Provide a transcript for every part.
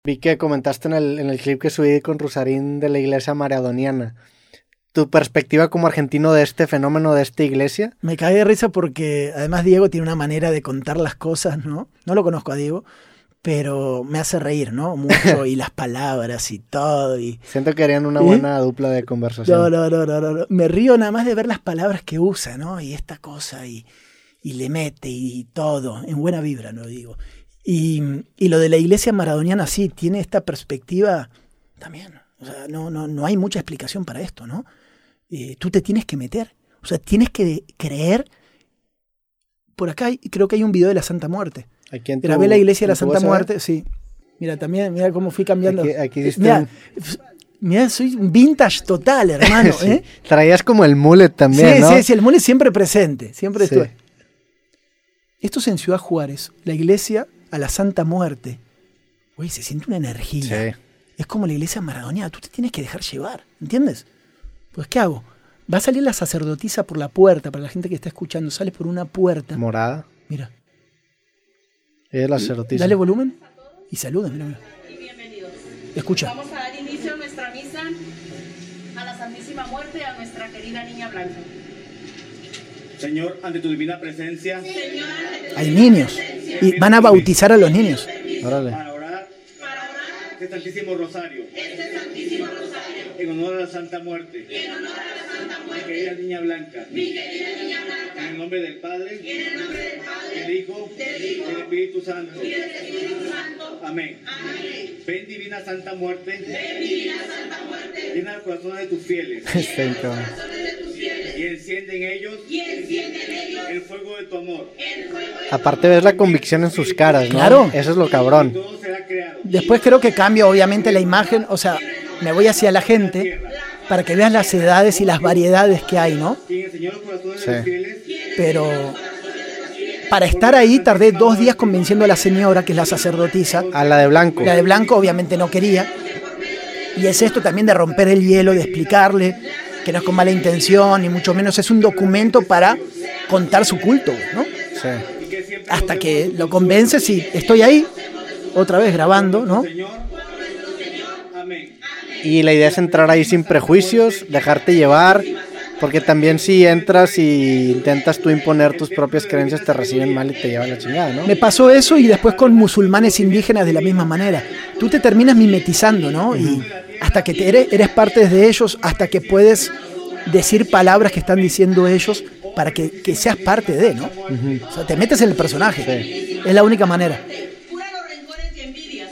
Vi que comentaste en el clip que subí con Rusarín de la iglesia maradoniana. ¿Tu perspectiva como argentino de este fenómeno, de esta iglesia? Me caí de risa porque además Diego tiene una manera de contar las cosas, ¿no? No lo conozco a Diego, pero me hace reír, ¿no? Mucho, y las palabras y todo. Siento que harían una buena dupla de conversación. No. Me río nada más de ver las palabras que usa, ¿no? Y esta cosa, y le mete, y todo, en buena vibra, no digo. Y lo de la iglesia maradoniana, sí, tiene esta perspectiva también. O sea, no hay mucha explicación para esto, ¿no? Tú te tienes que meter. O sea, tienes que creer. Por acá creo que hay un video de la Santa Muerte. Grabé la iglesia de la Santa Muerte, sí. Mira, también, mira cómo fui cambiando. Aquí mira, soy un vintage total, hermano. Sí. Traías como el mullet también, sí, ¿no? Sí, el mullet siempre presente, siempre sí. estuve. Esto es en Ciudad Juárez, la iglesia a la Santa Muerte. Uy, se siente una energía. Sí. Es como la iglesia maradoniana, tú te tienes que dejar llevar, ¿entiendes? Pues, ¿qué hago? Va a salir la sacerdotisa por la puerta, para la gente que está escuchando, sale por una puerta. Morada. Mira. Es la sacerdotisa. Dale volumen y saluda, mira. Y bienvenidos. Escucha. Vamos a dar inicio a nuestra misa a la Santísima Muerte y a nuestra querida Niña Blanca. Señor, ante tu divina presencia, Hay niños y van a bautizar a los niños. Órale. para orar este Santísimo Rosario, en honor a la Santa Muerte, mi querida Niña Blanca, en el nombre del Padre, del Hijo y del Espíritu Santo. Amén. Ven, divina Santa Muerte, llena los corazones de tus fieles y enciende en ellos el fuego de tu amor. Aparte ves la convicción en sus caras, ¿no? Claro. Eso es lo cabrón. Todo será creado. Después creo que cambia obviamente la imagen, o sea, me voy hacia la gente para que veas las edades y las variedades que hay, ¿no? Quien enseñó los corazones Sí. de los fieles. Pero para estar ahí tardé 2 días convenciendo a la señora, que es la sacerdotisa. A la de blanco. La de blanco obviamente no quería. Y es esto también de romper el hielo, de explicarle que no es con mala intención, ni mucho menos es un documento para contar su culto, ¿no? Sí. Hasta que lo convences y estoy ahí, otra vez grabando, ¿no? Señor, amén. Y la idea es entrar ahí sin prejuicios, dejarte llevar, porque también si entras y intentas tú imponer tus propias creencias, te reciben mal y te llevan la chingada, ¿no? Me pasó eso y después con musulmanes indígenas de la misma manera. Tú te terminas mimetizando, ¿no? Y hasta que eres parte de ellos, hasta que puedes decir palabras que están diciendo ellos para que seas parte de, ¿no? O sea, te metes en el personaje. Sí. Es la única manera. Cura los rencores y envidias.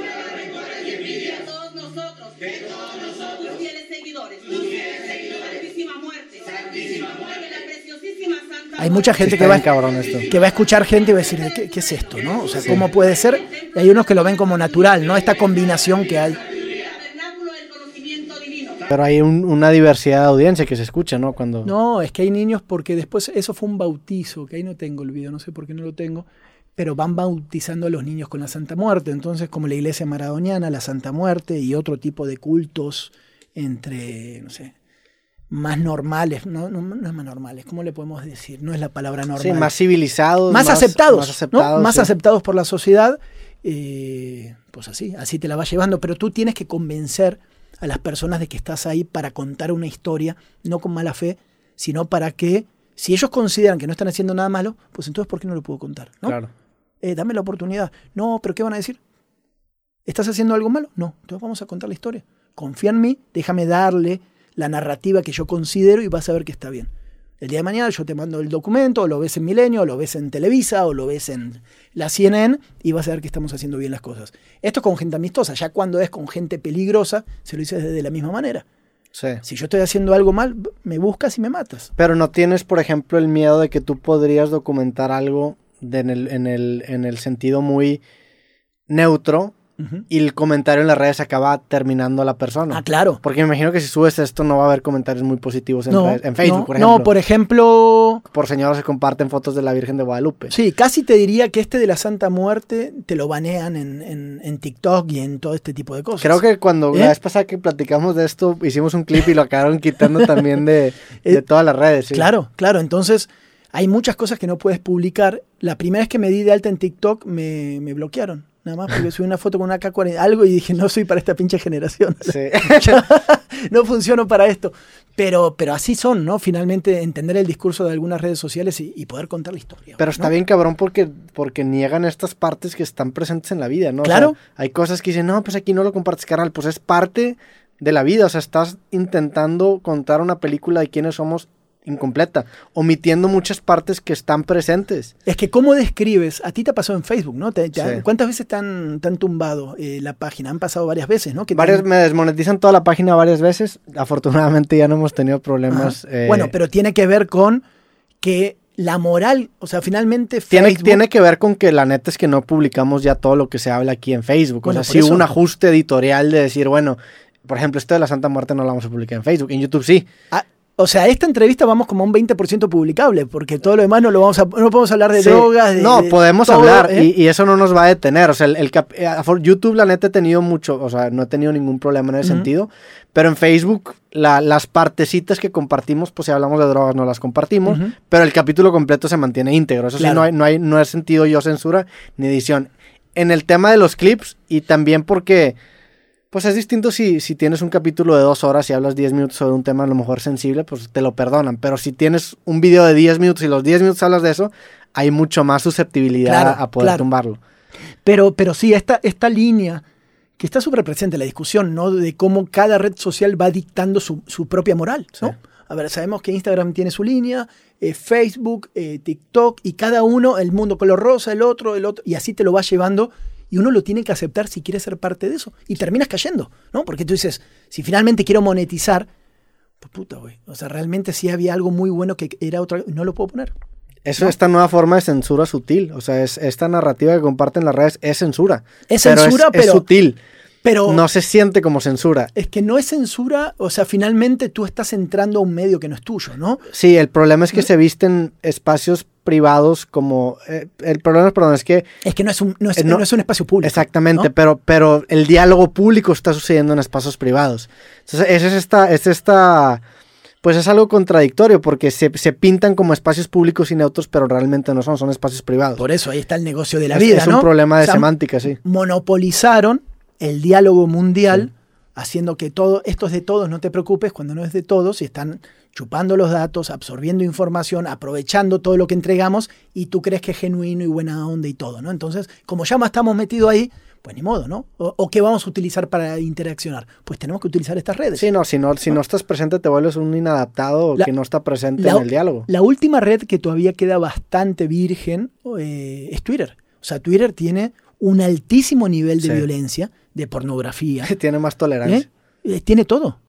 De todos nosotros. Tus fieles seguidores. Santísima Muerte. Que la preciosísima Santa Hay mucha gente Sí, que está va, bien cabrón esto. que va a escuchar gente y va a decir, ¿qué es esto, no? O sea, ¿cómo puede ser? Y hay unos que lo ven como natural, ¿no? Esta combinación que hay. tabernáculo del conocimiento divino. Pero hay una diversidad de audiencia que se escucha, ¿no? Cuando... No, es que hay niños porque después, eso fue un bautizo, que ahí no tengo el video, no sé por qué no lo tengo, pero van bautizando a los niños con la Santa Muerte. Entonces, como la iglesia maradoniana, la Santa Muerte y otro tipo de cultos entre, no sé, más normales, no es más normales, ¿cómo le podemos decir? No es la palabra normal. Sí, más civilizados. Más aceptados, más aceptados, ¿no? Más sí. aceptados por la sociedad. Pues así te la vas llevando, pero tú tienes que convencer a las personas de que estás ahí para contar una historia, no con mala fe, sino para que, si ellos consideran que no están haciendo nada malo, pues entonces ¿por qué no lo puedo contar? ¿no? Claro. Dame la oportunidad. No, pero ¿qué van a decir? ¿Estás haciendo algo malo? No, entonces vamos a contar la historia. Confía en mí, déjame darle la narrativa que yo considero y vas a ver que está bien. El día de mañana yo te mando el documento, o lo ves en Milenio, o lo ves en Televisa, o lo ves en la CNN, y vas a ver que estamos haciendo bien las cosas. Esto es con gente amistosa. Ya cuando es con gente peligrosa, se lo dices de la misma manera. Sí. Si yo estoy haciendo algo mal, me buscas y me matas. Pero no tienes, por ejemplo, el miedo de que tú podrías documentar algo en el sentido muy neutro, y el comentario en las redes acaba terminando a la persona. Ah, claro. Porque me imagino que si subes esto no va a haber comentarios muy positivos en, en Facebook, por ejemplo. No, por ejemplo... Por señoras se comparten fotos de la Virgen de Guadalupe. Sí, casi te diría que este de la Santa Muerte te lo banean en TikTok y en todo este tipo de cosas. Creo que cuando la vez pasada que platicamos de esto, hicimos un clip y lo acabaron quitando también de todas las redes. ¿Sí? Claro, entonces hay muchas cosas que no puedes publicar. La primera vez que me di de alta en TikTok me bloquearon. nada más porque subí una foto con una K40, algo, y dije, no soy para esta pinche generación. Sí. No funciono para esto. Pero así son, ¿no? Finalmente entender el discurso de algunas redes sociales y poder contar la historia. Pero está ¿no? bien cabrón porque niegan estas partes que están presentes en la vida, ¿no? Claro. O sea, hay cosas que dicen, no, pues aquí no lo compartes, carnal. Pues es parte de la vida. O sea, estás intentando contar una película de quiénes somos incompleta, omitiendo muchas partes que están presentes. Es que ¿cómo describes? A ti te ha pasado en Facebook, ¿no? Sí. ¿Cuántas veces te han tumbado la página? Han pasado varias veces, ¿no? Me desmonetizan toda la página varias veces. Afortunadamente ya no hemos tenido problemas. Bueno, pero tiene que ver con que la moral, o sea, finalmente Facebook... Tiene que ver con que la neta es que no publicamos ya todo lo que se habla aquí en Facebook. Bueno, o sea, sí hubo un ajuste editorial de decir, bueno, por ejemplo, esto de la Santa Muerte no lo vamos a publicar en Facebook. En YouTube sí. O sea, esta entrevista vamos como a un 20% publicable, porque todo lo demás no podemos hablar de drogas. Podemos todo, hablar y eso no nos va a detener. O sea, YouTube la neta he tenido mucho, o sea, no he tenido ningún problema en ese sentido, pero en Facebook las partecitas que compartimos, pues si hablamos de drogas no las compartimos, pero el capítulo completo se mantiene íntegro. Eso claro. Sí, no he sentido yo censura ni edición. En el tema de los clips y también porque... Pues es distinto si tienes un capítulo de 2 horas y hablas 10 minutos sobre un tema a lo mejor sensible, pues te lo perdonan. Pero si tienes un video de 10 minutos y los 10 minutos hablas de eso, hay mucho más susceptibilidad a poder tumbarlo. Pero sí, esta línea que está súper presente en la discusión, ¿no? De cómo cada red social va dictando su propia moral, ¿no? Sí. A ver, sabemos que Instagram tiene su línea, Facebook, TikTok, y cada uno, el mundo color rosa, el otro, y así te lo va llevando. Y uno lo tiene que aceptar si quiere ser parte de eso. Y terminas cayendo, ¿no? Porque tú dices, si finalmente quiero monetizar, pues puta, güey. O sea, realmente sí había algo muy bueno que era otra... No lo puedo poner. Eso, ¿no? Esta nueva forma de censura sutil. O sea, esta narrativa que comparten las redes es censura. Es censura, pero... Es sutil. Pero no se siente como censura. Es que no es censura, o sea, finalmente tú estás entrando a un medio que no es tuyo, ¿no? Sí, el problema es que se visten espacios privados como... el problema, es que... Es que no es un espacio público. Exactamente, ¿no? pero el diálogo público está sucediendo en espacios privados. Entonces, pues es algo contradictorio porque se pintan como espacios públicos y neutros, pero realmente no son espacios privados. Por eso ahí está el negocio de la vida, es un problema de semántica, sí. Monopolizaron el diálogo mundial, haciendo que todo, esto es de todos, no te preocupes, cuando no es de todos, y están chupando los datos, absorbiendo información, aprovechando todo lo que entregamos, y tú crees que es genuino y buena onda y todo, ¿no? Entonces, como ya estamos metidos ahí, pues ni modo, ¿no? ¿O qué vamos a utilizar para interaccionar? Pues tenemos que utilizar estas redes. Sí, si no estás presente te vuelves un inadaptado que no está presente en el diálogo. La última red que todavía queda bastante virgen es Twitter. O sea, Twitter tiene un altísimo nivel de violencia, de pornografía. Tiene más tolerancia. Tiene todo.